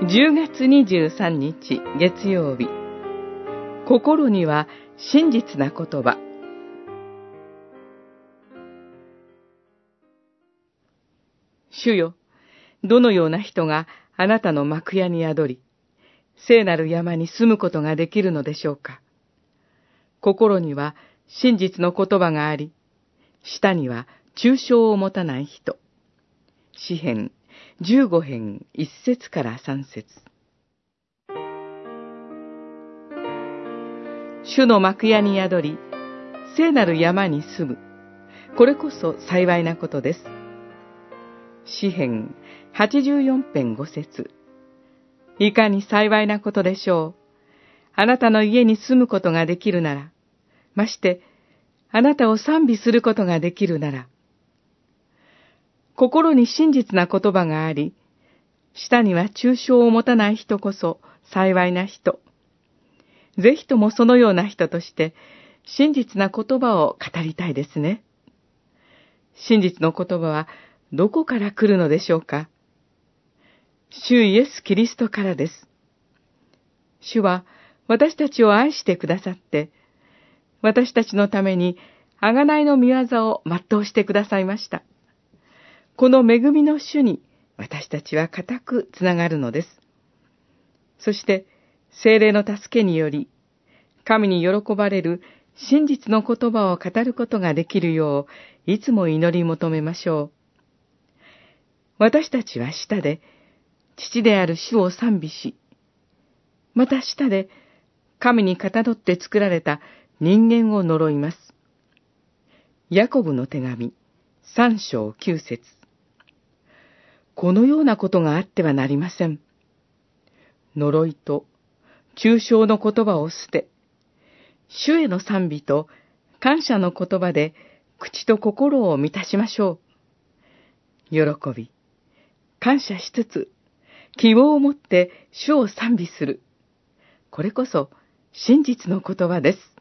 10月23日月曜日、心には真実な言葉。主よ、どのような人があなたの幕屋に宿り、聖なる山に住むことができるのでしょうか。心には真実の言葉があり、舌には中傷を持たない人。詩編15編1節から3節。主の幕屋に宿り、聖なる山に住む。これこそ幸いなことです。詩編84編5節。いかに幸いなことでしょう。あなたの家に住むことができるなら、まして、あなたを賛美することができるなら、心に真実な言葉があり、舌には中傷を持たない人こそ幸いな人。ぜひともそのような人として、真実な言葉を語りたいですね。真実の言葉はどこから来るのでしょうか。主イエス・キリストからです。主は私たちを愛してくださって、私たちのために贖いの御業を全うしてくださいました。この恵みの主に私たちは固くつながるのです。そして聖霊の助けにより、神に喜ばれる真実の言葉を語ることができるよう、いつも祈り求めましょう。私たちは舌で父である主を賛美し、また舌で神にかたどって作られた人間を呪います。ヤコブの手紙3章9節。このようなことがあってはなりません。呪いと中傷の言葉を捨て、主への賛美と感謝の言葉で口と心を満たしましょう。喜び、感謝しつつ、希望を持って主を賛美する。これこそ真実の言葉です。